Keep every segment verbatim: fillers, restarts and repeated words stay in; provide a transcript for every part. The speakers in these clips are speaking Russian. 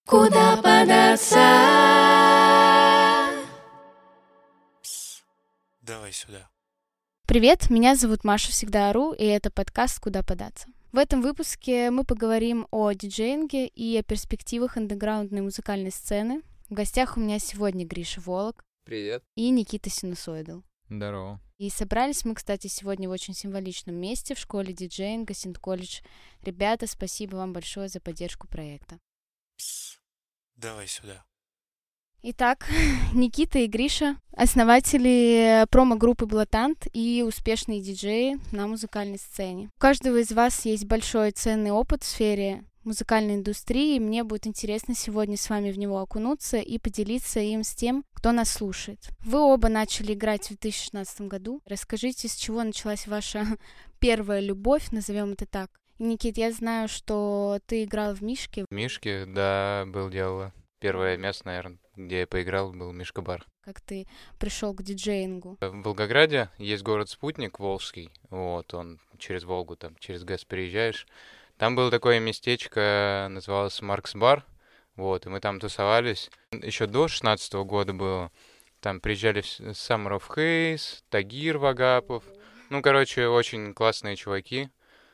Куда податься? Пс, давай сюда. Привет, меня зовут Маша Всегда Ору, и это подкаст «Куда податься». В этом выпуске мы поговорим о диджеинге и о перспективах андеграундной музыкальной сцены. В гостях у меня сегодня Гриша Волок. Привет. И Никита Синусоидал. Здорово. И собрались мы, кстати, сегодня в очень символичном месте, в школе диджеинга Синт-колледж. Ребята, спасибо вам большое за поддержку проекта. Пс, давай сюда. Итак, Никита и Гриша — основатели промо-группы «Блатант» и успешные диджеи на музыкальной сцене. У каждого из вас есть большой и ценный опыт в сфере музыкальной индустрии, и мне будет интересно сегодня с вами в него окунуться и поделиться им с тем, кто нас слушает. Вы оба начали играть в две тысячи шестнадцатом году. Расскажите, с чего началась ваша первая любовь, назовем это так. И, Никит, я знаю, что ты играл в Мишке. В Мишке, да, был дело. Первое место, наверное, где я поиграл, был Мишка-бар. Как ты пришел к диджеингу? В Волгограде есть город-спутник Волжский. Вот, он через Волгу, там, через ГЭС переезжаешь. Там было такое местечко, называлось Маркс-бар. Вот, и мы там тусовались. Еще до шестнадцатого года было. Там приезжали Summer of Haze, Тагир Вагапов. Ну, короче, очень классные чуваки.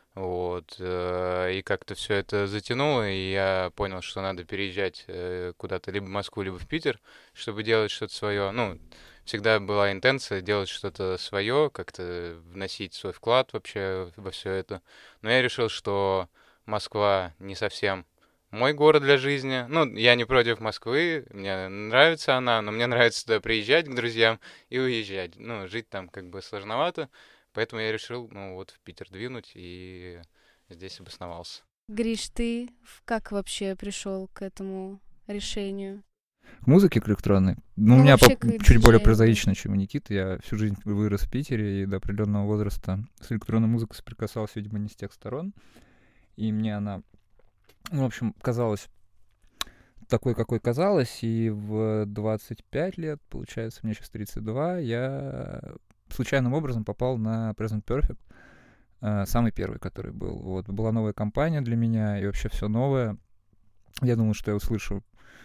Вот, и как-то все это затянуло, и я понял, что надо переезжать куда-то либо в Москву, либо в Питер, чтобы делать что-то свое. Ну, всегда была интенция делать что-то свое, как-то вносить свой вклад вообще во все это. Но я решил, что Москва не совсем мой город для жизни. Ну, я не против Москвы, мне нравится она, но мне нравится туда приезжать к друзьям и уезжать. Ну, жить там как бы сложновато. Поэтому я решил, ну, вот в Питер двинуть и здесь обосновался. Гриш, ты как вообще пришел к этому решению? К музыке, к электронной? Ну, Ну, у меня вообще по- к чуть более диджеингу. прозаична, чем у Никиты. Я всю жизнь вырос в Питере и до определенного возраста с электронной музыкой соприкасался, видимо, не с тех сторон. И мне она, ну, в общем, казалась такой, какой казалась. И в двадцать пять лет, получается, мне сейчас тридцать два, я случайным образом попал на Present Perfect, э, самый первый, который был. Вот, была новая компания для меня, и вообще все новое. Я думал, что я услышу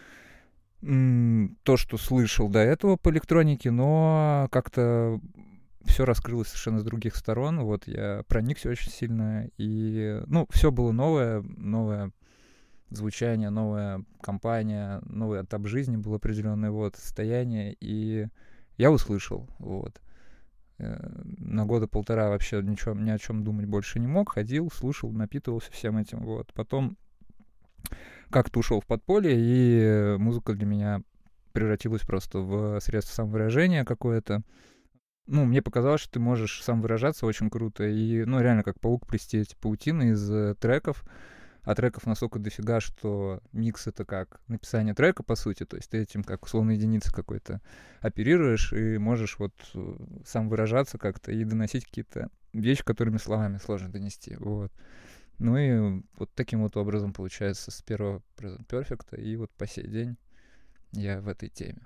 м, то, что слышал до этого по электронике, но как-то все раскрылось совершенно с других сторон. Вот, я проникся очень сильно, и, ну, все было новое, новое звучание, новая компания, новый этап жизни был определенное, вот, состояние, и я услышал, вот. На года полтора вообще ничего, ни о чем думать больше не мог. Ходил, слушал, напитывался всем этим. Вот. Потом как-то ушел в подполье, и музыка для меня превратилась просто в средство самовыражения какое-то. Ну, мне показалось, что ты можешь сам выражаться очень круто. И, ну, реально, как паук плести эти паутины из э, треков. А треков настолько дофига, что микс — это как написание трека, по сути. То есть ты этим как условной единицей какой-то оперируешь и можешь вот сам выражаться как-то и доносить какие-то вещи, которыми словами сложно донести. Вот. Ну и вот таким вот образом получается с первого Present Perfect, и вот по сей день я в этой теме.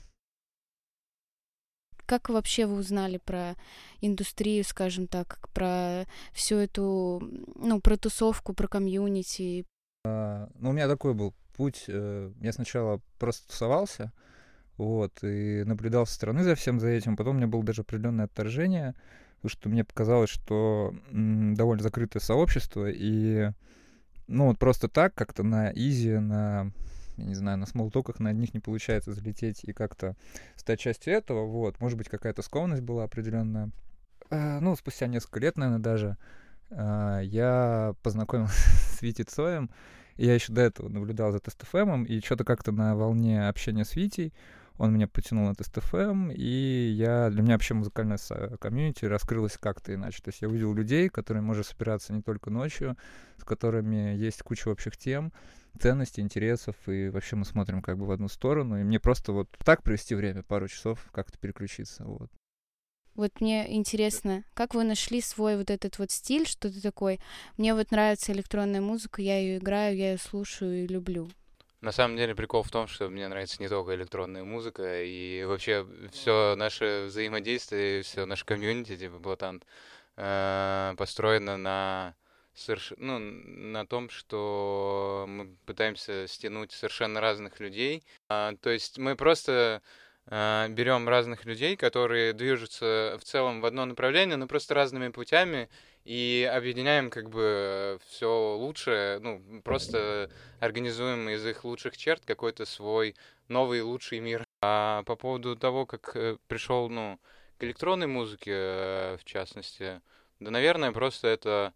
Как вообще вы узнали про индустрию, скажем так, про всю эту, ну, про тусовку, про комьюнити? А, ну, у меня такой был путь. э, Я сначала просто тусовался, вот, и наблюдал со стороны за всем за этим. Потом у меня было даже определенное отторжение, потому что мне показалось, что м, довольно закрытое сообщество, и, ну, вот просто так, как-то на изи, на, я не знаю, на смолтоках на одних не получается залететь и как-то стать частью этого, вот. Может быть, какая-то скованность была определенная. А, ну, спустя несколько лет, наверное, даже, а, я познакомился с Витей Цоем. Я еще до этого наблюдал за ТестФМом, и что-то как-то на волне общения с Витей он меня потянул на ТестФМ, и я, для меня вообще музыкальная со- комьюнити раскрылась как-то иначе. То есть я увидел людей, которые можно собираться не только ночью, с которыми есть куча общих тем, ценностей, интересов, и вообще мы смотрим как бы в одну сторону, и мне просто вот так провести время, пару часов, как-то переключиться, вот. Вот мне интересно, как вы нашли свой вот этот вот стиль, что ты такой, мне вот нравится электронная музыка, я ее играю, я ее слушаю и люблю. На самом деле прикол в том, что мне нравится не только электронная музыка, и вообще все наше взаимодействие, все наше комьюнити, типа Блатант, э, построено на соверш... ну, на том, что мы пытаемся стянуть совершенно разных людей. А, то есть мы просто а, берем разных людей, которые движутся в целом в одно направление, но просто разными путями, и объединяем как бы все лучшее, ну, просто организуем из их лучших черт какой-то свой новый лучший мир. А по поводу того, как э, пришел, ну, к электронной музыке, э, в частности, да, наверное, просто это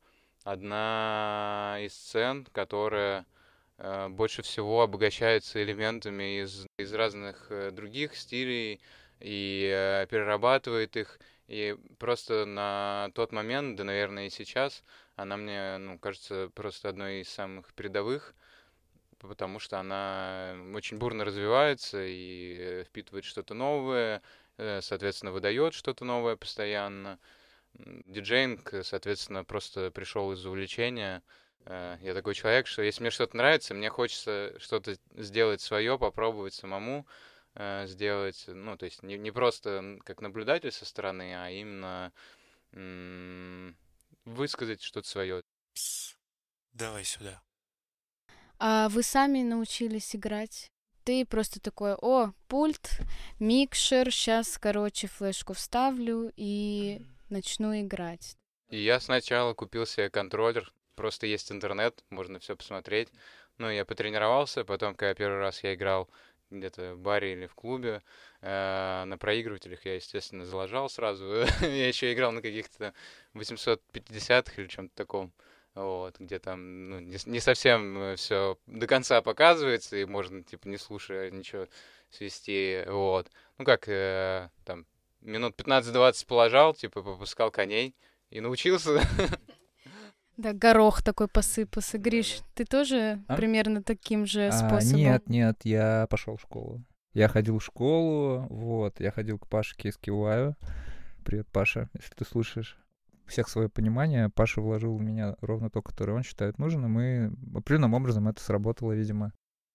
одна из сцен, которая э, больше всего обогащается элементами из, из разных э, других стилей и э, перерабатывает их. И просто на тот момент, да, наверное, и сейчас, она мне, ну, кажется, просто одной из самых передовых, потому что она очень бурно развивается и э, впитывает что-то новое, э, соответственно, выдает что-то новое постоянно. М, Диджеинг, э, соответственно, просто пришел из увлечения. Э, Я такой человек, что если мне что-то нравится, мне хочется что-то сделать свое, попробовать самому э, сделать. Ну, то есть не, не просто м, как наблюдатель со стороны, а именно м, высказать что-то свое. Пс, давай сюда. А вы сами научились играть? Ты просто такой: о, пульт, микшер, сейчас, короче, флешку вставлю и начну играть. И я сначала купил себе контроллер, просто есть интернет, можно все посмотреть. Ну, я потренировался, потом, когда первый раз я играл где-то в баре или в клубе, э, на проигрывателях я, естественно, залажал сразу. Я еще играл на каких-то восемьсот пятидесятых или чем-то таком. Вот, где там, ну, не, с- не совсем все до конца показывается, и можно, типа, не слушая ничего, свести, вот. Ну, как, э, там, минут пятнадцать-двадцать положал, типа, попускал коней и научился. Да, горох такой посыпался. Гриш, Да-да. ты тоже А? примерно таким же А, способом? нет, нет, я пошел в школу. Я ходил в школу, вот, я ходил к Паше Кескиваю. Привет, Паша, если ты слушаешь. У всех свое понимание. Паша вложил в меня ровно то, которое он считает нужным, и определенным образом это сработало, видимо.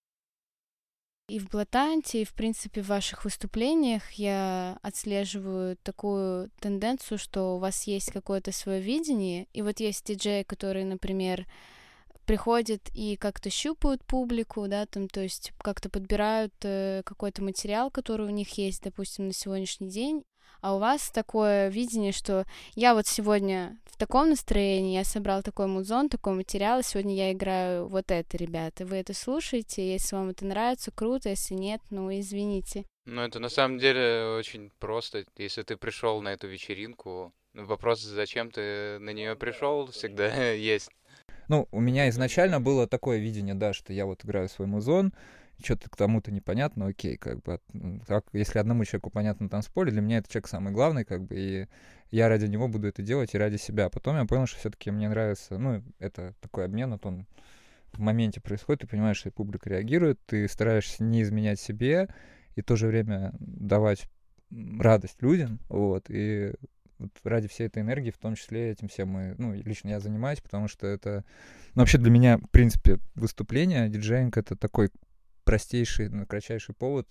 И в Блатанте, и, в принципе, в ваших выступлениях я отслеживаю такую тенденцию, что у вас есть какое-то свое видение, и вот есть диджеи, которые, например, приходят и как-то щупают публику, да, там, то есть как-то подбирают э, какой-то материал, который у них есть, допустим, на сегодняшний день, а у вас такое видение, что я вот сегодня в таком настроении, я собрал такой музон, такой материал, и сегодня я играю вот это, ребята. Вы это слушаете, если вам это нравится, круто, если нет, ну, извините. Ну, это на самом деле очень просто. Если ты пришел на эту вечеринку, ну, вопрос, зачем ты на нее пришел, всегда есть. Ну, у меня изначально было такое видение, да, что я вот играю свой музон, что-то к тому-то непонятно, окей, как бы, м, как, если одному человеку понятно на танцполе, для меня этот человек самый главный, как бы, и я ради него буду это делать и ради себя. Потом я понял, что все-таки мне нравится, ну, это такой обмен, вот он в моменте происходит, ты понимаешь, что и публика реагирует, ты стараешься не изменять себе и в то же время давать м, радость людям, вот, и вот ради всей этой энергии, в том числе этим всем мы, ну, лично я занимаюсь, потому что это, ну, вообще для меня, в принципе, выступление, диджеинг — это такой простейший, ну, кратчайший повод,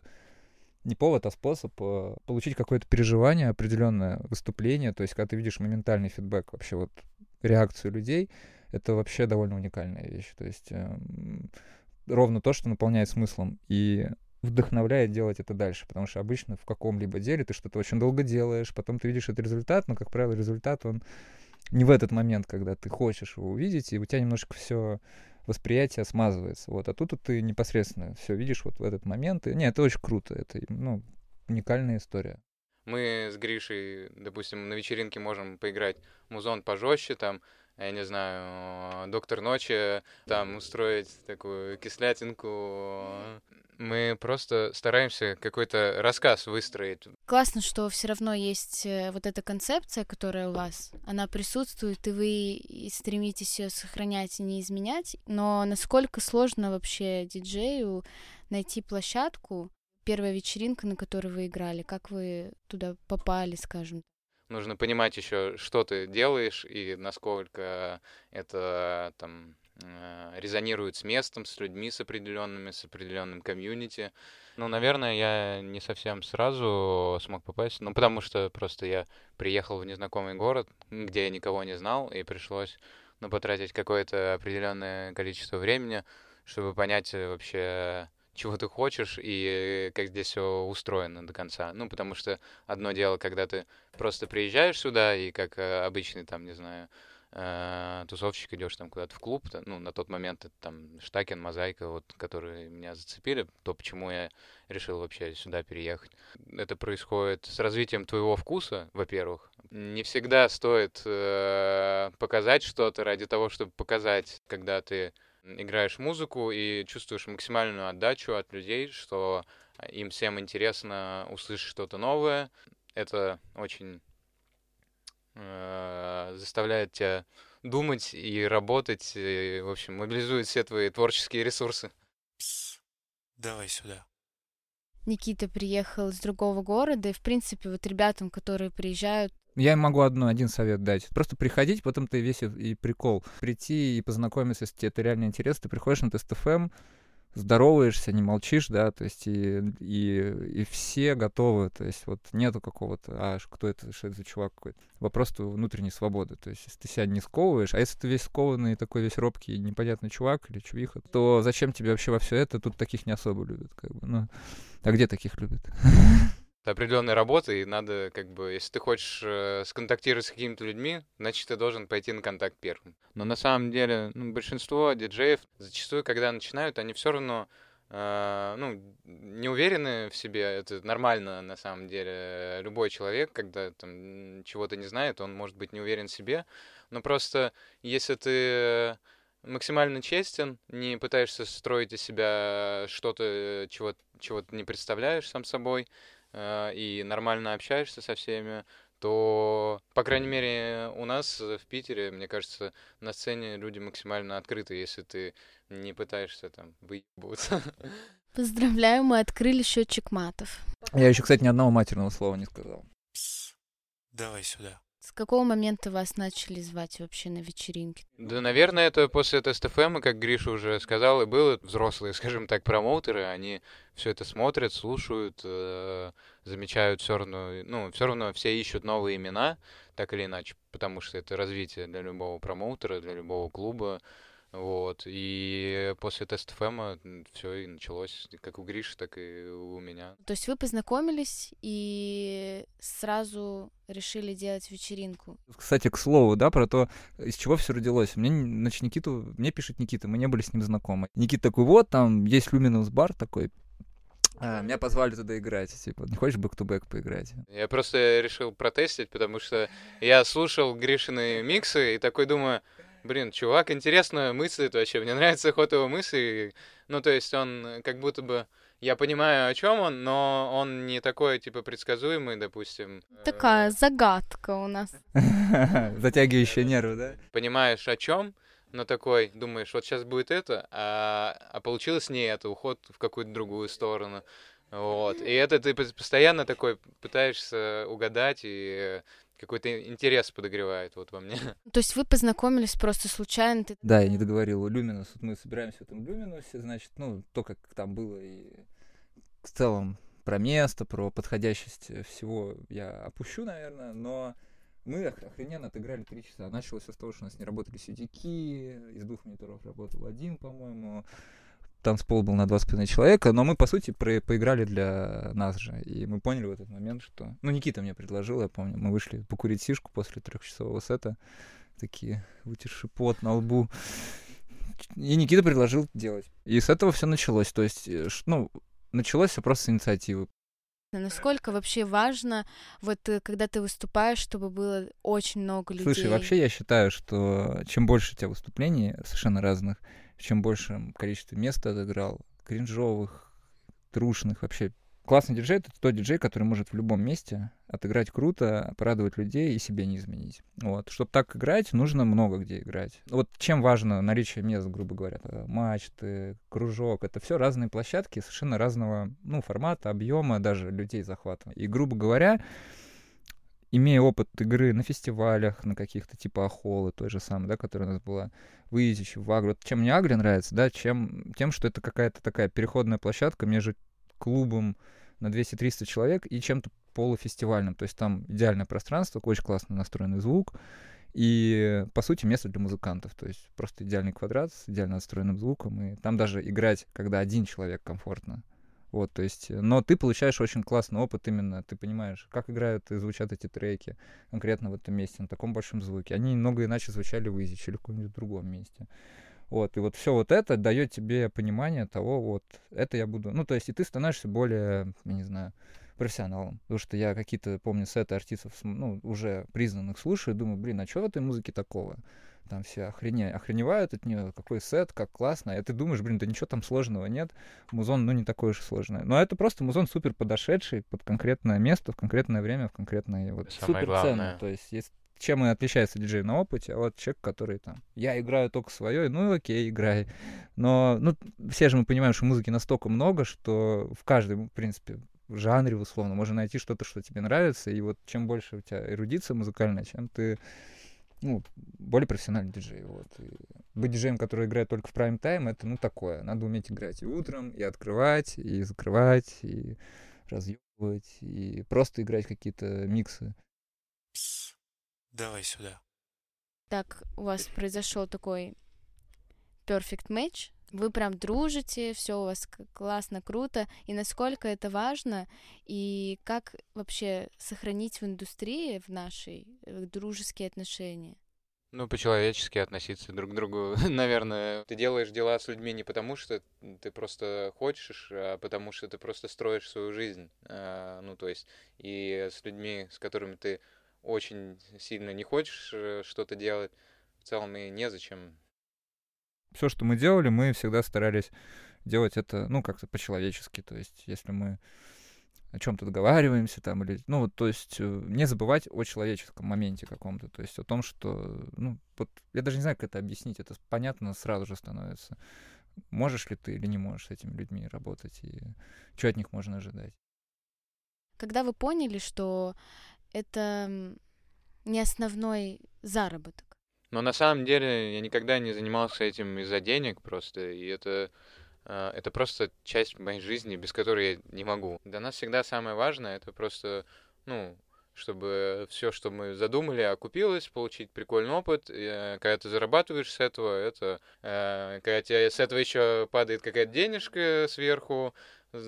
не повод, а способ э, получить какое-то переживание, определенное выступление, то есть когда ты видишь моментальный фидбэк, вообще вот реакцию людей, это вообще довольно уникальная вещь, то есть эм, ровно то, что наполняет смыслом и вдохновляет делать это дальше, потому что обычно в каком-либо деле ты что-то очень долго делаешь, потом ты видишь этот результат, но, как правило, результат, он не в этот момент, когда ты хочешь его увидеть, и у тебя немножко все восприятие смазывается, вот, а тут вот ты непосредственно все видишь вот в этот момент, и, не, это очень круто, это, ну, уникальная история. Мы с Гришей, допустим, на вечеринке можем поиграть музон пожестче, там, я не знаю, Доктор Ночи, там, устроить такую кислятинку. Мы просто стараемся какой-то рассказ выстроить. Классно, что все равно есть э, вот эта концепция, которая у вас, она присутствует, и вы и стремитесь ее сохранять и не изменять. Но насколько сложно вообще диджею найти площадку, первая вечеринка, на которой вы играли, как вы туда попали, скажем? Нужно понимать еще, что ты делаешь и насколько это там э, резонирует с местом, с людьми, с определенными, с определенным комьюнити. Ну, наверное, я не совсем сразу смог попасть, ну, потому что просто я приехал в незнакомый город, где я никого не знал, и пришлось ну, потратить какое-то определенное количество времени, чтобы понять э, вообще, чего ты хочешь и как здесь все устроено до конца. Ну, потому что одно дело, когда ты просто приезжаешь сюда и как э, обычный, там, не знаю, э, тусовщик идешь там куда-то в клуб, то, ну, на тот момент это там Штакен, Мозаика, вот, которые меня зацепили, то, почему я решил вообще сюда переехать. Это происходит с развитием твоего вкуса, во-первых. Не всегда стоит э, показать что-то ради того, чтобы показать, когда ты играешь музыку и чувствуешь максимальную отдачу от людей, что им всем интересно услышать что-то новое. Это очень э, заставляет тебя думать и работать, и, в общем, мобилизует все твои творческие ресурсы. Пс, давай сюда. Никита приехал из другого города, и, в принципе, вот ребятам, которые приезжают, Я им могу одно, один совет дать. Просто приходить, в этом-то и весь и и прикол. Прийти и познакомиться, если тебе это реально интересно. Ты приходишь на Тест эф эм, здороваешься, не молчишь, да, то есть и, и, и все готовы, то есть вот нету какого-то, а ш- кто это, что это за чувак какой-то. Вопрос внутренней свободы, то есть если ты себя не сковываешь, а если ты весь скованный, такой весь робкий, непонятный чувак или чувиха, то зачем тебе вообще во все это? Тут таких не особо любят, как бы, ну, а где таких любят? Это определенная работа, и надо, как бы, если ты хочешь э, сконтактировать с какими-то людьми, значит, ты должен пойти на контакт первым. Но на самом деле, ну, большинство диджеев, зачастую, когда начинают, они все равно, э, ну, не уверены в себе. Это нормально, на самом деле. Любой человек, когда там чего-то не знает, он может быть не уверен в себе. Но просто, если ты максимально честен, не пытаешься строить из себя что-то, чего, чего ты не представляешь сам собой, и нормально общаешься со всеми, то, по крайней мере, у нас в Питере, мне кажется, на сцене люди максимально открыты, если ты не пытаешься там выебываться. поздравляю, мы открыли счетчик матов. Я еще, кстати, ни одного матерного слова не сказал. Пс, давай сюда. С какого момента вас начали звать вообще на вечеринки? Да, наверное, это после Тест эф эм, как Гриша уже сказал, и было. Взрослые, скажем так, промоутеры, они все это смотрят, слушают, э, замечают все равно, ну, все равно все ищут новые имена, так или иначе, потому что это развитие для любого промоутера, для любого клуба. Вот. И после Тест эф эм все и началось, как у Гриши, так и у меня. То есть вы познакомились и сразу решили делать вечеринку? Кстати, к слову, да, про то, из чего все родилось. Мне, значит, Никиту, мне пишет Никита, мы не были с ним знакомы. Никита такой, вот, там есть Luminous бар такой, а, меня позвали туда играть, типа, не хочешь бэк-ту-бэк поиграть? Я просто решил протестить, потому что я слушал Гришины миксы и такой думаю, блин, чувак, интересно мыслит вообще, мне нравится ход его мыслей. Ну, то есть он как будто бы... Я понимаю, о чем он, но он не такой, типа, предсказуемый, допустим. Такая загадка у нас. Затягивающие нервы, да? Понимаешь, о чем, но такой, думаешь, вот сейчас будет это, а, а получилось не это, уход в какую-то другую сторону. Вот. И это ты постоянно такой пытаешься угадать, и какой-то интерес подогревает вот во мне. То есть вы познакомились просто случайно? Ты... Да, я не договорил. Люминус. Вот мы собираемся в этом Люминусе, значит, ну, то, как там было, и в целом про место, про подходящесть всего я опущу, наверное, но мы охрененно отыграли три часа. Началось с того, что у нас не работали сидяки, из двух мониторов работал один, по-моему. Танцпол был на два с половиной человека, но мы, по сути, про- поиграли для нас же. И мы поняли в этот момент, что... Ну, Никита мне предложил, я помню, мы вышли покурить сишку после трехчасового сета, такие, вытерши пот на лбу. И Никита предложил делать. И с этого все началось. То есть, ну, началось все просто с инициативы. Насколько вообще важно, вот когда ты выступаешь, чтобы было очень много людей? Слушай, вообще я считаю, что чем больше у тебя выступлений совершенно разных, чем больше количество мест ты отыграл, кринжовых, трушных, вообще. Классный диджей — это тот диджей, который может в любом месте отыграть круто, порадовать людей и себе не изменить. Вот. Чтобы так играть, нужно много где играть. Вот чем важно наличие мест, грубо говоря, мачты, кружок, это все разные площадки, совершенно разного, ну, формата, объема, даже людей захвата. И, грубо говоря, имея опыт игры на фестивалях, на каких-то типа Ахолы, той же самой, да, которая у нас была, выездить в Агру. Чем мне Агре нравится, да, чем, тем, что это какая-то такая переходная площадка между клубом на двести-триста человек и чем-то полуфестивальным. То есть там идеальное пространство, очень классно настроенный звук. и, по сути, место для музыкантов. То есть просто идеальный квадрат с идеально отстроенным звуком, и там даже играть, когда один человек, комфортно. Вот, то есть, но ты получаешь очень классный опыт именно, ты понимаешь, как играют и звучат эти треки конкретно в этом месте, на таком большом звуке. Они немного иначе звучали в Изиче или в каком-нибудь другом месте. Вот, и вот все вот это дает тебе понимание того, вот, это я буду... Ну, то есть, и ты становишься более, я не знаю, профессионалом. Потому что я какие-то, помню, сеты артистов, ну, уже признанных слушаю, и думаю, блин, а что в этой музыке такого? Там все охрене... охреневают от нее, какой сет, как классно. И ты думаешь, блин, да ничего там сложного нет. Музон, ну, не такой уж и сложный. Но это просто музон супер подошедший под конкретное место, в конкретное время, в конкретное вот супер ценно. То есть, есть чем и отличается диджей на опыте от человека, который там, я играю только свое, ну окей, играй. Но, ну, все же мы понимаем, что музыки настолько много, что в каждом, в принципе, жанре, условно, можно найти что-то, что тебе нравится, и вот чем больше у тебя эрудиция музыкальная, чем ты, ну, более профессиональный диджей. Вот. И быть диджеем, который играет только в прайм-тайм, это, ну, такое. Надо уметь играть и утром, и открывать, и закрывать, и разъебывать, и просто играть какие-то миксы. Пс, давай сюда. Так, у вас произошел такой perfect match, вы прям дружите, все у вас классно, круто, и насколько это важно, и как вообще сохранить в индустрии, в нашей, дружеские отношения? Ну, по-человечески относиться друг к другу, наверное. Ты делаешь дела с людьми не потому, что ты просто хочешь, а потому что ты просто строишь свою жизнь. А, ну, то есть, и с людьми, с которыми ты очень сильно не хочешь что-то делать, в целом и незачем. Все, что мы делали, мы всегда старались делать это, ну, как-то по-человечески. То есть, если мы о чем-то договариваемся там, или, ну, вот, то есть, не забывать о человеческом моменте каком-то. То есть, о том, что, ну, вот, я даже не знаю, как это объяснить, это понятно сразу же становится. Можешь ли ты или не можешь с этими людьми работать, и что от них можно ожидать. Когда вы поняли, что это не основной заработок? Но на самом деле я никогда не занимался этим из-за денег просто, и это, э, это просто часть моей жизни, без которой я не могу. Для нас всегда самое важное — это просто, ну, чтобы все, что мы задумали, окупилось, получить прикольный опыт. И, э, когда ты зарабатываешь с этого, это э, когда тебе с этого еще падает какая-то денежка сверху,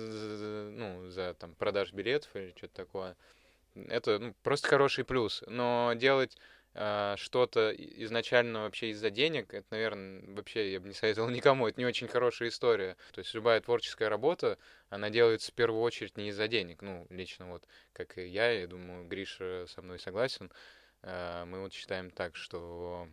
з- ну, за там продажу билетов или что-то такое. Это, ну, просто хороший плюс. Но делать а, что-то и- изначально вообще из-за денег, это, наверное, вообще я бы не советовал никому, это не очень хорошая история. То есть любая творческая работа, она делается в первую очередь не из-за денег. Ну, лично вот, как и я, я думаю, Гриша со мной согласен. А, мы вот считаем так, что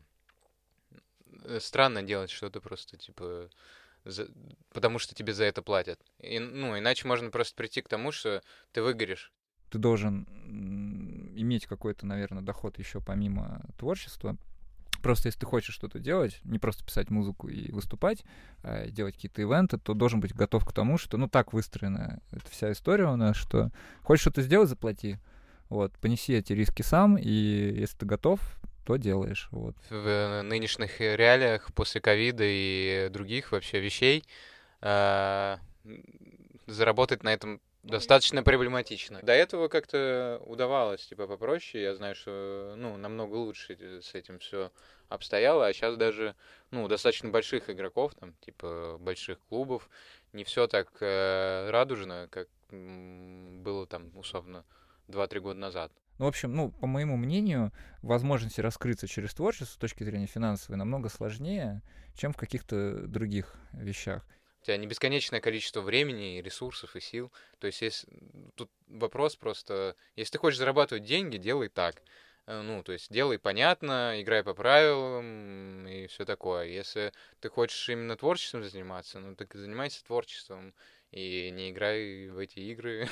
э, странно делать что-то просто, типа, за- потому что тебе за это платят. И, ну, иначе можно просто прийти к тому, что ты выгоришь. Ты должен м, иметь какой-то, наверное, доход еще помимо творчества. Просто если ты хочешь что-то делать, не просто писать музыку и выступать, а делать какие-то ивенты, то должен быть готов к тому, что, ну, так выстроена эта вся история у нас, что хочешь что-то сделать — заплати. Вот, понеси эти риски сам, и если ты готов, то делаешь. Вот. В нынешних реалиях после ковида и других вообще вещей а, м, заработать на этом достаточно проблематично. До этого как-то удавалось, типа, попроще. Я знаю, что, ну, намного лучше с этим все обстояло, а сейчас даже, ну, достаточно больших игроков, там, типа, больших клубов, не все так э, радужно, как м, было там, условно, два-три года назад. Ну, в общем, ну, по моему мнению, возможности раскрыться через творчество с точки зрения финансовой намного сложнее, чем в каких-то других вещах. У тебя не бесконечное количество времени, и ресурсов и сил. То есть, есть тут вопрос просто, если ты хочешь зарабатывать деньги, делай так. Э, Ну, то есть делай понятно, играй по правилам и все такое. Если ты хочешь именно творчеством заниматься, ну так и занимайся творчеством и не играй в эти игры.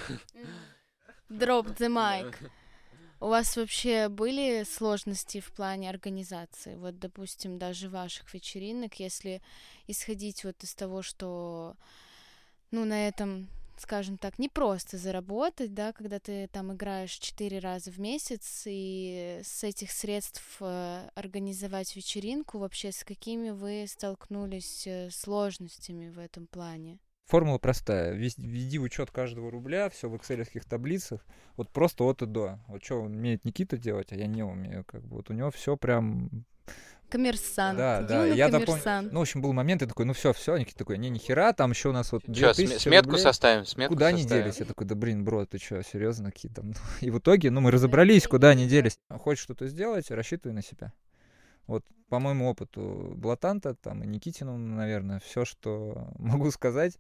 Drop the mic. У вас вообще были сложности в плане организации? Вот, допустим, даже ваших вечеринок, если исходить вот из того, что, ну, на этом, скажем так, не просто заработать, да, когда ты там играешь четыре раза в месяц, и с этих средств э, организовать вечеринку, вообще с какими вы столкнулись э, сложностями в этом плане? формула простая. Веди учет каждого рубля, все в экселевских таблицах, вот просто от и до. Вот что умеет Никита делать, а я не умею. Как бы вот у него все прям... Коммерсант. Да, да. Я допомню. Ну, в общем, был момент, я такой, ну все, все, Никита такой, не, ни хера, там еще у нас вот две тысячи сметку рублей. Составим, сметку Куда составим. они делись? Я такой, да блин, бро, ты что, серьезно, какие там? И в итоге, ну, мы разобрались, куда они делись. Хочешь что-то сделать, рассчитывай на себя. Вот по моему опыту Блатанта, там, и Никитину, наверное, все, что могу сказать,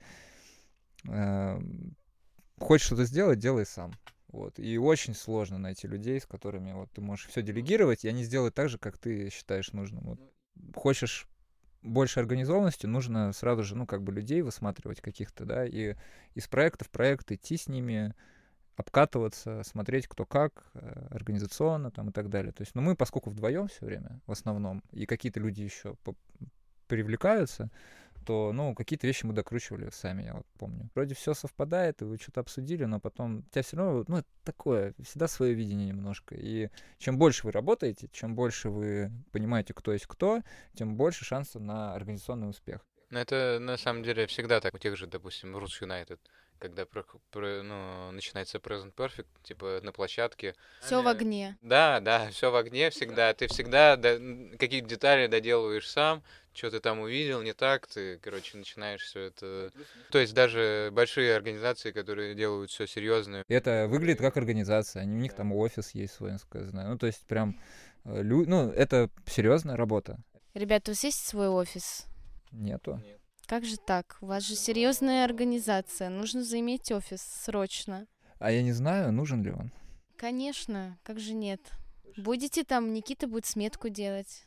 э, хочешь что-то сделать, делай сам. Вот. И очень сложно найти людей, с которыми вот, ты можешь все делегировать, и они сделают так же, как ты считаешь нужным. Вот. Хочешь больше организованности, нужно сразу же, ну, как бы людей высматривать каких-то, да, и из проекта в проект идти с ними, обкатываться, смотреть, кто как, организационно там и так далее. То есть, ну, мы, поскольку вдвоем все время, в основном, и какие-то люди еще привлекаются, то, ну, какие-то вещи мы докручивали сами, я вот помню. Вроде все совпадает, и вы что-то обсудили, но потом у тебя все равно, ну, это такое, всегда свое видение немножко. И чем больше вы работаете, чем больше вы понимаете, кто есть кто, тем больше шансов на организационный успех. Ну, это, на самом деле, всегда так. У тех же, допустим, Roots United, когда про, про, ну, начинается Present Perfect, типа на площадке. Все они... в огне. Да, да, все в огне всегда. Ты всегда до... какие-то детали доделываешь сам, что ты там увидел, не так, ты, короче, начинаешь все это. То есть даже большие организации, которые делают все серьезно. Это выглядит как организация, они, у них там офис есть свой, насколько я знаю. Ну, то есть прям, лю... ну, это серьезная работа. Ребята, у вас есть свой офис? Нету. Нет. Как же так? У вас же серьезная организация. Нужно заиметь офис срочно. А я не знаю, нужен ли он. Конечно, как же нет. Будете там, Никита будет сметку делать.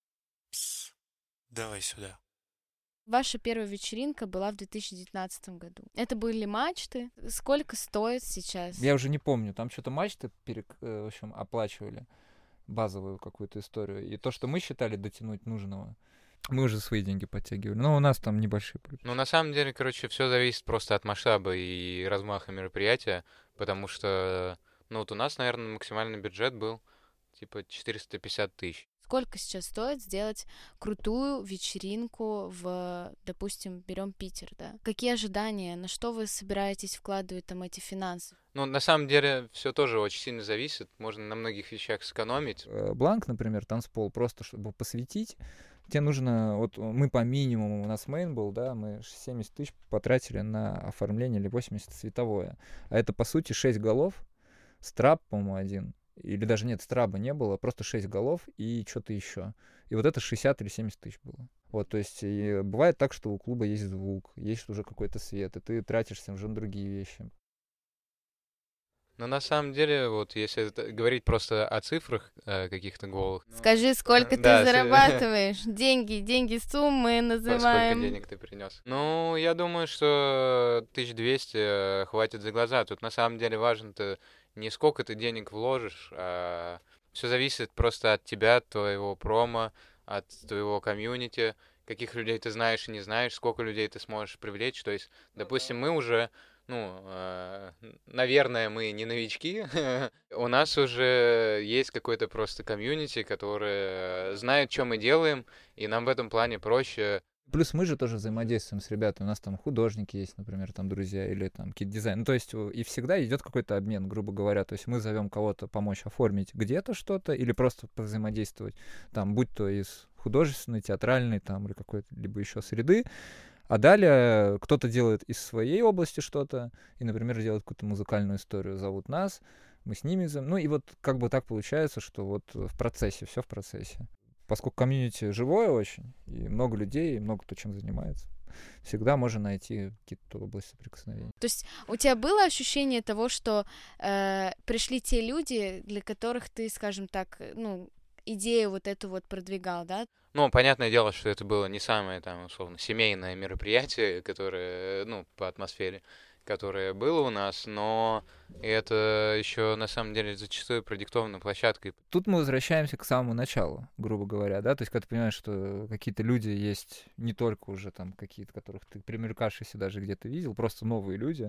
Пс, давай сюда. Ваша первая вечеринка была в две тысячи девятнадцатом году. Это были мачты. Сколько стоит сейчас? Я уже не помню. Там что-то мачты, перек... в общем, оплачивали. Базовую какую-то историю. И то, что мы считали дотянуть нужного, мы уже свои деньги подтягивали. Но у нас там небольшие плюсы. Ну, на самом деле, короче, все зависит просто от масштаба и размаха мероприятия, потому что, ну, вот у нас, наверное, максимальный бюджет был типа четыреста пятьдесят тысяч. Сколько сейчас стоит сделать крутую вечеринку в, допустим, берем Питер, да? Какие ожидания? На что вы собираетесь вкладывать там эти финансы? Ну, на самом деле, все тоже очень сильно зависит. Можно на многих вещах сэкономить. Бланк, например, танцпол, просто чтобы посвятить, тебе нужно, вот мы по минимуму, у нас мейн был, да, мы семьдесят тысяч потратили на оформление или восемьдесят световое. А это, по сути, шесть голов, страб, по-моему, один. Или даже нет, страба не было, просто шесть голов и что-то еще. И вот это шестьдесят или семьдесят тысяч было. Вот, то есть и бывает так, что у клуба есть звук, есть уже какой-то свет, и ты тратишься уже на другие вещи. Но на самом деле, вот если говорить просто о цифрах э, каких-то голых... Скажи, сколько ты да, зарабатываешь? Деньги, деньги, суммы называем. Сколько денег ты принес? Ну, я думаю, что тысяча двести хватит за глаза. Тут на самом деле важно-то не сколько ты денег вложишь, а все зависит просто от тебя, от твоего промо, от твоего комьюнити, каких людей ты знаешь и не знаешь, сколько людей ты сможешь привлечь. То есть, допустим, мы уже... Ну, э, наверное, мы не новички. У нас уже есть какой-то просто комьюнити, который знает, что мы делаем, и нам в этом плане проще. Плюс мы же тоже взаимодействуем с ребятами. У нас там художники есть, например, там друзья, или там какие-то дизайны. Ну, то есть и всегда идет какой-то обмен, грубо говоря. То есть мы зовем кого-то помочь оформить где-то что-то или просто взаимодействовать, там, будь то из художественной, театральной, там, или какой-то либо еще среды. А далее кто-то делает из своей области что-то, и, например, делает какую-то музыкальную историю, зовут нас, мы с ними... Ну и вот как бы так получается, что вот в процессе, все в процессе. Поскольку комьюнити живое очень, и много людей, и много кто чем занимается, всегда можно найти какие-то области соприкосновения. То есть у тебя было ощущение того, что э, пришли те люди, для которых ты, скажем так, ну, идею вот эту вот продвигал, да? Ну, понятное дело, что это было не самое, там, условно, семейное мероприятие, которое, ну, по атмосфере, которое было у нас, но это еще, на самом деле, зачастую продиктовано площадкой. Тут мы возвращаемся к самому началу, грубо говоря, да, то есть, когда ты понимаешь, что какие-то люди есть не только уже там какие-то, которых ты примелькавшийся даже где-то видел, просто новые люди,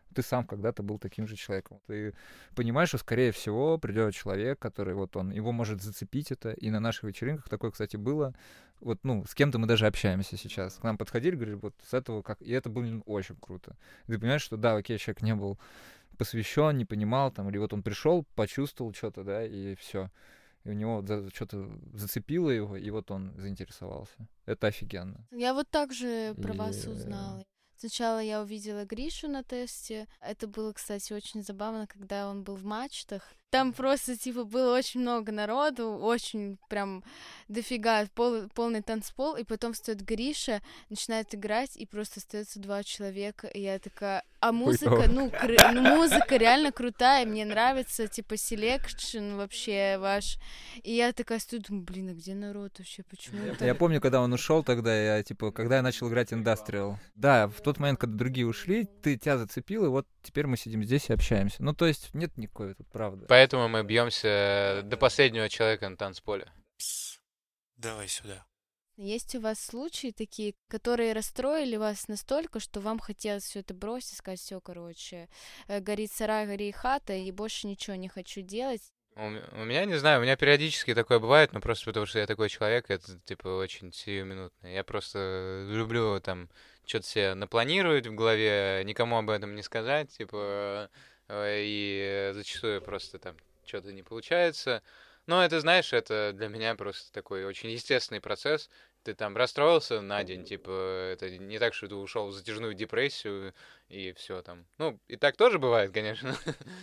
ты сам когда-то был таким же человеком. Ты понимаешь, что, скорее всего, придет человек, который вот он, его может зацепить это. И на наших вечеринках такое, кстати, было. Вот, ну, с кем-то мы даже общаемся сейчас. К нам подходили, говорили, вот с этого как... И это было очень круто. И ты понимаешь, что да, окей, человек не был посвящен, не понимал, там, или вот он пришел, почувствовал что-то, да, и все. И у него за, что-то зацепило его, и вот он заинтересовался. Это офигенно. Я вот так же про И- вас узнала. Сначала я увидела Гришу на тесте. Это было, кстати, очень забавно, когда он был в мачтах. Там просто, типа, было очень много народу, очень прям дофига, пол, полный танцпол, и потом стоит Гриша, начинает играть, и просто остается два человека, и я такая, а музыка, ну, кры- ну, музыка реально крутая, мне нравится, типа, селекшн вообще ваш, и я такая стою, думаю, блин, а где народ вообще, почему это? Я помню, когда он ушел, тогда я, типа, когда я начал играть Industrial. Да, в тот момент, когда другие ушли, ты тебя зацепил, и вот теперь мы сидим здесь и общаемся. Ну, то есть нет никакой тут правды. Поэтому мы бьемся до последнего человека на танцполе. Пс, давай сюда. Есть у вас случаи такие, которые расстроили вас настолько, что вам хотелось все это бросить, сказать, все, короче, э, горит сарай, гори хата, и больше ничего не хочу делать. У, м- у меня, не знаю, у меня периодически такое бывает, но просто потому что я такой человек, это, типа, очень сиюминутно. Я просто люблю, там, что-то себе напланировать в голове, никому об этом не сказать, типа, э, и зачастую просто там что-то не получается. Но это, знаешь, это для меня просто такой очень естественный процесс. Ты там расстроился на день, типа, это не так, что ты ушел в затяжную депрессию и все там. Ну, и так тоже бывает, конечно.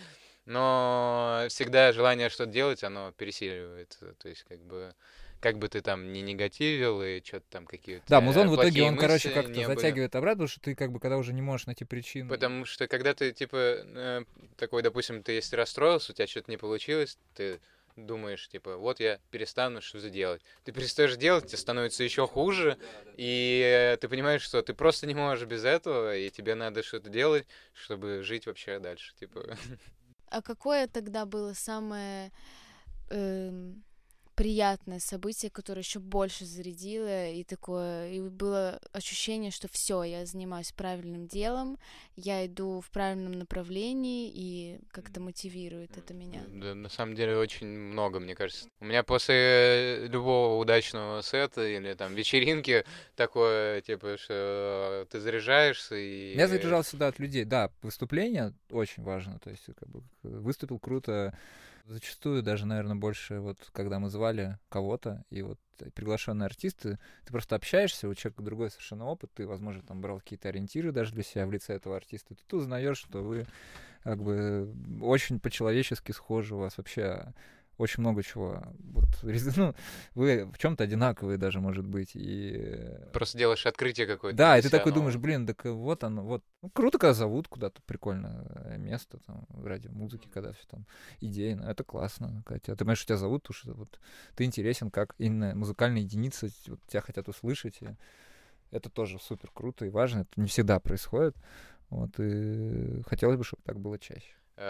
Но всегда желание что-то делать, оно пересиливает. То есть, как бы, как бы ты там не негативил, и что-то там какие-то Да, музон в итоге, плохие он, короче, мысли как-то не были. затягивает обратно, потому что ты как бы, когда уже не можешь найти причину. Потому что когда ты, типа, э, такой, допустим, ты если расстроился, у тебя что-то не получилось, ты думаешь, типа, вот я перестану что-то делать. Ты перестаешь делать, тебе становится еще хуже, и э, ты понимаешь, что ты просто не можешь без этого, и тебе надо что-то делать, чтобы жить вообще дальше, типа. А какое тогда было самое эм, приятное событие, которое еще больше зарядило, и такое, и было ощущение, что все, я занимаюсь правильным делом, я иду в правильном направлении, и как-то мотивирует это меня. Да, на самом деле очень много, мне кажется. У меня после любого удачного сета или там вечеринки такое, типа, что ты заряжаешься и... Я заряжался всегда от людей. Да, выступление очень важно. То есть, как бы, выступил круто. Зачастую даже, наверное, больше вот когда мы звали кого-то, и вот приглашенные артисты, ты просто общаешься, у человека другой совершенно опыт, ты, возможно, там брал какие-то ориентиры даже для себя в лице этого артиста, ты узнаешь, что вы как бы очень по-человечески схожи, у вас вообще очень много чего. Вот, ну, вы в чем-то одинаковые даже, может быть. И... Просто делаешь открытие какое-то. Да, для и ты себя такой новое. думаешь, блин, так вот оно, вот. Ну, круто, когда зовут куда-то, прикольное место, там, ради музыки, когда все там идейно. Это классно. Когда тебя, ты понимаешь, что тебя зовут, потому что вот, ты интересен как именно музыкальная единица, вот, тебя хотят услышать. И это тоже супер круто и важно. Это не всегда происходит. Вот, и хотелось бы, чтобы так было чаще.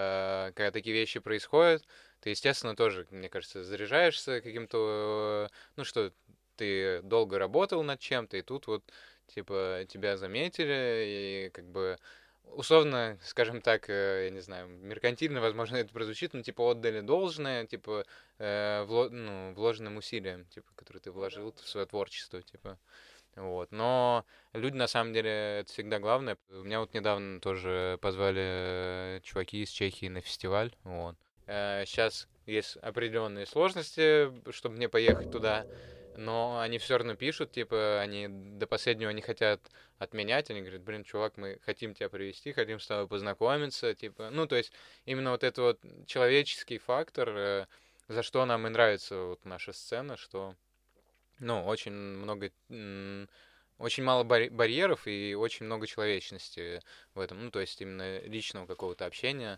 Э, Когда такие вещи происходят, ты, естественно, тоже, мне кажется, заряжаешься каким-то, э, ну что, ты долго работал над чем-то, и тут вот, типа, тебя заметили, и как бы, условно, скажем так, э, я не знаю, меркантильно, возможно, это прозвучит, но, типа, отдали должное, типа, э, вло- ну, вложенным усилиям, типа, которые ты вложил в свое творчество, типа. Вот. Но люди, на самом деле, это всегда главное. У меня вот недавно тоже позвали э, чуваки из Чехии на фестиваль. Вот. Сейчас есть определенные сложности, чтобы мне поехать туда, но они все равно пишут, типа, они до последнего не хотят отменять, они говорят, блин, чувак, мы хотим тебя привезти, хотим с тобой познакомиться, типа, ну, то есть именно вот этот вот человеческий фактор, э, за что нам и нравится вот наша сцена, что ну, очень много, м, очень мало барь- барьеров и очень много человечности в этом. Ну, то есть именно личного какого-то общения,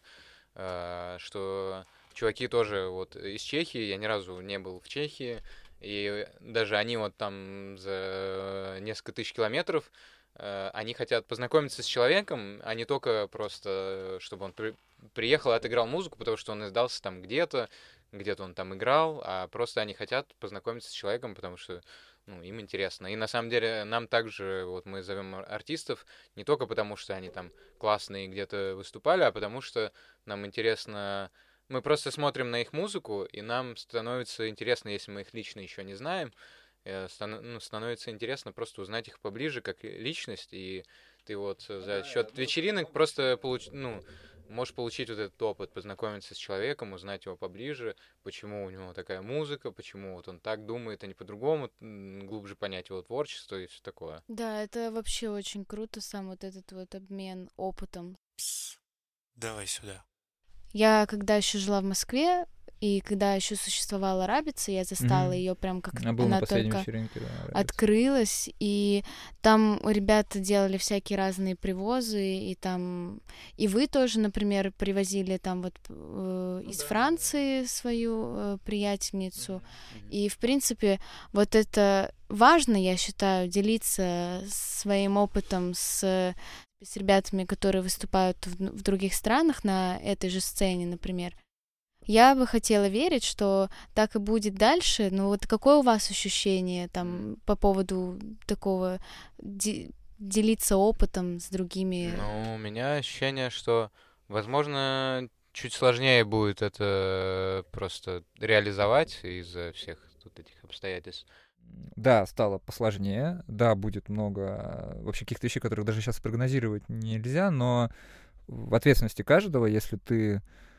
э, что чуваки тоже вот из Чехии, я ни разу не был в Чехии, и даже они вот там за несколько тысяч километров, э, они хотят познакомиться с человеком, а не только просто, чтобы он при- приехал и отыграл музыку, потому что он издался там где-то, где-то он там играл, а просто они хотят познакомиться с человеком, потому что, ну, им интересно. И на самом деле нам также, вот мы зовем артистов не только потому, что они там классные где-то выступали, а потому что нам интересно... Мы просто смотрим на их музыку, и нам становится интересно, если мы их лично еще не знаем, э, станов- ну, становится интересно просто узнать их поближе, как и личность, и ты вот за счет вечеринок просто получ... ну, можешь получить вот этот опыт, познакомиться с человеком, узнать его поближе, почему у него такая музыка, почему вот он так думает, а не по-другому, м, глубже понять его творчество и все такое. Да, это вообще очень круто, сам вот этот вот обмен опытом. Пс, давай сюда. Я когда еще жила в Москве, и когда еще существовала Рабица, я застала Мгм. ее прям как Я был на она последней только вечеринке, да, Рабиц. открылась, и там ребята делали всякие разные привозы, и там и вы тоже, например, привозили там вот э, из Франции свою э, приятельницу, и в принципе вот это важно, я считаю, делиться своим опытом с с ребятами, которые выступают в, в других странах на этой же сцене, например. Я бы хотела верить, что так и будет дальше, но вот какое у вас ощущение там по поводу такого де- делиться опытом с другими? Ну, у меня ощущение, что, возможно, чуть сложнее будет это просто реализовать из-за всех тут этих обстоятельств. Да, стало посложнее. Да, будет много э, вообще каких-то вещей, которых даже сейчас прогнозировать нельзя, но в ответственности каждого, если ты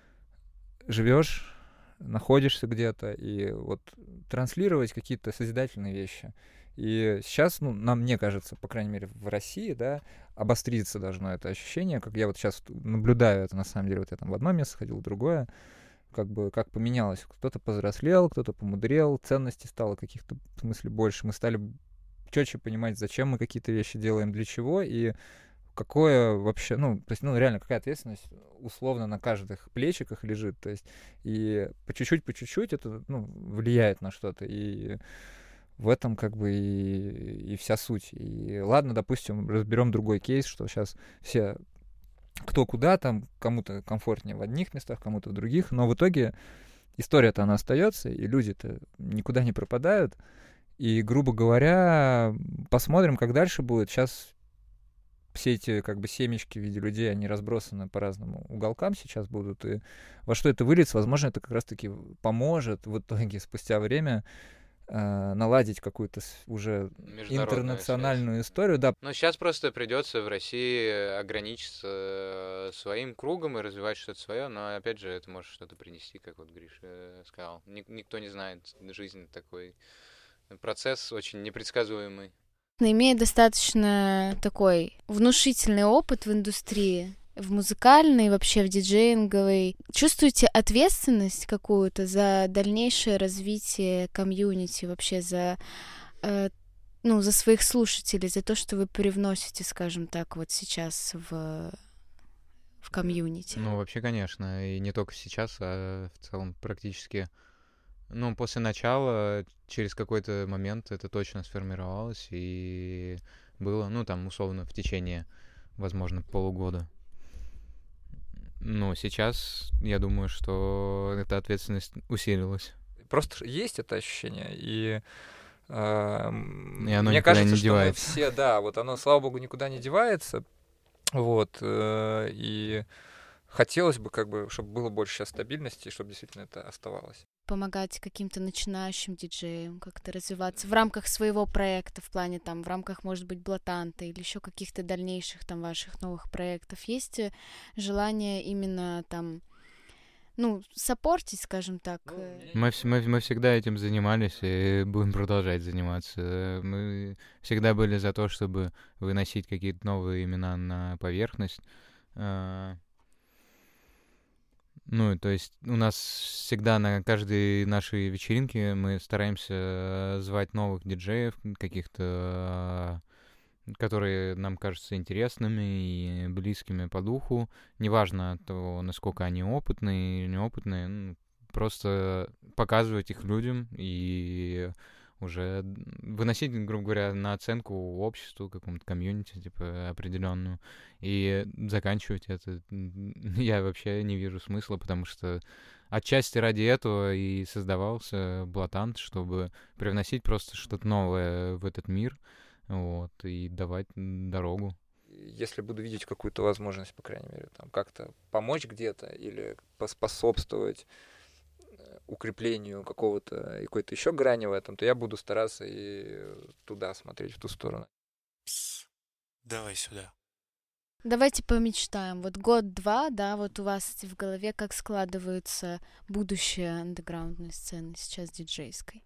живешь, находишься где-то, и вот транслировать какие-то созидательные вещи. И сейчас, ну, нам, мне кажется, по крайней мере, в России, да, обостриться должно это ощущение, как я вот сейчас наблюдаю это, на самом деле, вот я там в одно место ходил, в другое, как бы, как поменялось. Кто-то повзрослел, кто-то помудрел, ценностей стало каких-то, в смысле, больше. Мы стали четче понимать, зачем мы какие-то вещи делаем, для чего, и какое вообще, ну, то есть, ну, реально, какая ответственность условно на каждых плечиках лежит, то есть, и по чуть-чуть, по чуть-чуть это, ну, влияет на что-то, и в этом как бы и, и вся суть. И ладно, допустим, разберем другой кейс, что сейчас все кто куда, там кому-то комфортнее в одних местах, кому-то в других, но в итоге история-то она остается, и люди-то никуда не пропадают, и, грубо говоря, посмотрим, как дальше будет. Сейчас все эти как бы семечки в виде людей, они разбросаны по разным уголкам сейчас будут, и во что это выльется, возможно, это как раз-таки поможет в итоге спустя время э, наладить какую-то уже интернациональную связь. Историю, да. Но сейчас просто придется в России ограничиться своим кругом и развивать что-то свое, но опять же это может что-то принести, как вот Гриша сказал. Ник- никто не знает, жизнь такой процесс очень непредсказуемый. Имея достаточно такой внушительный опыт в индустрии, в музыкальной, вообще в диджеинговой, чувствуете ответственность какую-то за дальнейшее развитие комьюнити, вообще за, э, ну, за своих слушателей, за то, что вы привносите, скажем так, вот сейчас в, в комьюнити? Ну, вообще, конечно, и не только сейчас, а в целом практически... Ну, после начала, через какой-то момент это точно сформировалось, и было, ну, там, условно, в течение, возможно, полугода. Но сейчас, я думаю, что эта ответственность усилилась. Просто есть это ощущение, и, э, и оно мне кажется, не что девается. Мы все, да, вот оно, слава богу, никуда не девается, вот, э, и хотелось бы, как бы, чтобы было больше сейчас стабильности, и чтобы действительно это оставалось. Помогать каким-то начинающим диджеям как-то развиваться в рамках своего проекта, в плане там, в рамках, может быть, Блатанта или еще каких-то дальнейших там ваших новых проектов. Есть желание именно там, ну, саппортить, скажем так? Мы, мы, мы всегда этим занимались и будем продолжать заниматься. Мы всегда были за то, чтобы выносить какие-то новые имена на поверхность. Ну, то есть у нас всегда на каждой нашей вечеринке мы стараемся звать новых диджеев, каких-то, которые нам кажутся интересными и близкими по духу. Неважно того, насколько они опытные или неопытные, ну, просто показывать их людям и уже выносить, грубо говоря, на оценку обществу, какому-то комьюнити, типа, определенную, и заканчивать это я вообще не вижу смысла, потому что отчасти ради этого и создавался Блатант, чтобы привносить просто что-то новое в этот мир, вот, и давать дорогу. Если буду видеть какую-то возможность, по крайней мере, там как-то помочь где-то или поспособствовать укреплению какого-то какой-то еще грани в этом, то я буду стараться и туда смотреть, в ту сторону. Пс, давай сюда. Давайте помечтаем. Вот год-два, да, вот у вас в голове как складывается будущее андеграундной сцены сейчас диджейской?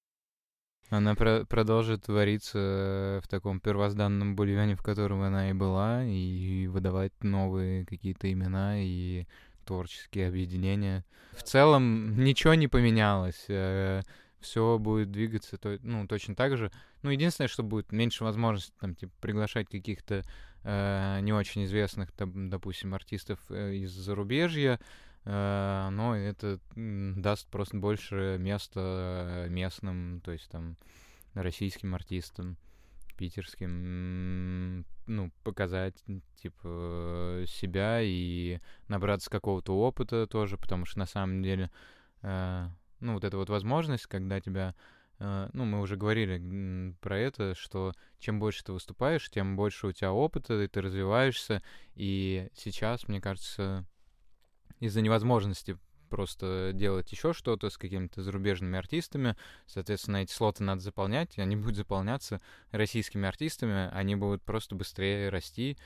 Она про- продолжит твориться в таком первозданном бульоне, в котором она и была, и выдавать новые какие-то имена и творческие объединения. В целом ничего не поменялось. Все будет двигаться то, ну, точно так же. Ну, единственное, что будет меньше возможности там, типа, приглашать каких-то э, не очень известных, там, допустим, артистов э, из зарубежья, э, но это м, даст просто больше места местным, то есть там российским артистам, питерским, м, ну, показать, типа, себя и набраться какого-то опыта тоже, потому что на самом деле, э, ну, вот эта вот возможность, когда тебя, э, ну, мы уже говорили м, про это, что чем больше ты выступаешь, тем больше у тебя опыта, и ты развиваешься, и сейчас, мне кажется, из-за невозможности просто делать еще что-то с какими-то зарубежными артистами. Соответственно, эти слоты надо заполнять, и они будут заполняться российскими артистами, они будут просто быстрее расти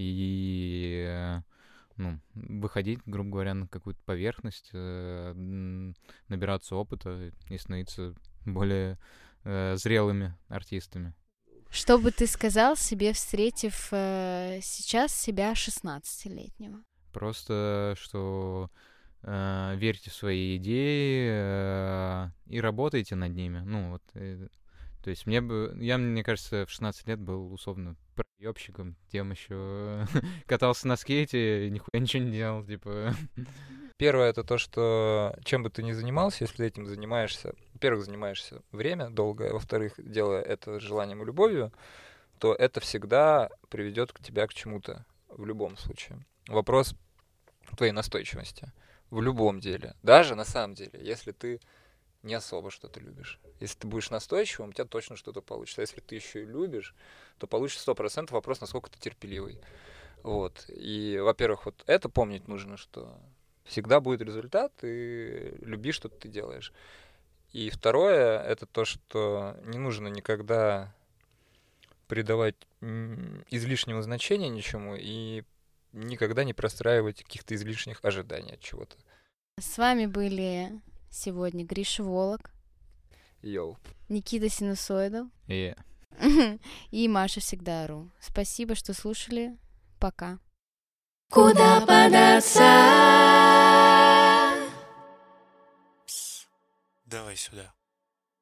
и, ну, выходить, грубо говоря, на какую-то поверхность, набираться опыта и становиться более э, зрелыми артистами. Что бы ты сказал себе, встретив э, сейчас себя шестнадцатилетнего? Просто, что э, верьте в свои идеи э, и работайте над ними. Ну, вот, э, то есть мне бы... Я, мне кажется, в шестнадцать лет был условно проебщиком, тем еще катался на скейте и нихуя ничего не делал, типа... Первое — это то, что чем бы ты ни занимался, если ты этим занимаешься, во-первых, занимаешься время долгое, во-вторых, делая это с желанием и любовью, то это всегда приведет к тебя к чему-то в любом случае. Вопрос твоей настойчивости в любом деле. Даже на самом деле, если ты не особо что-то любишь. Если ты будешь настойчивым, у тебя точно что-то получится. Если ты еще и любишь, то получится сто процентов. Вопрос, насколько ты терпеливый. Вот. И, во-первых, вот это помнить нужно, что всегда будет результат, и люби, что ты делаешь. И второе, это то, что не нужно никогда придавать излишнего значения ничему и никогда не простраивать каких-то излишних ожиданий от чего-то. С вами были сегодня Гриша Волок, Йоу. Никита Синусоидов Yeah. и Маша Всегда.ру. Спасибо, что слушали. Пока. Куда податься? Пс, давай сюда.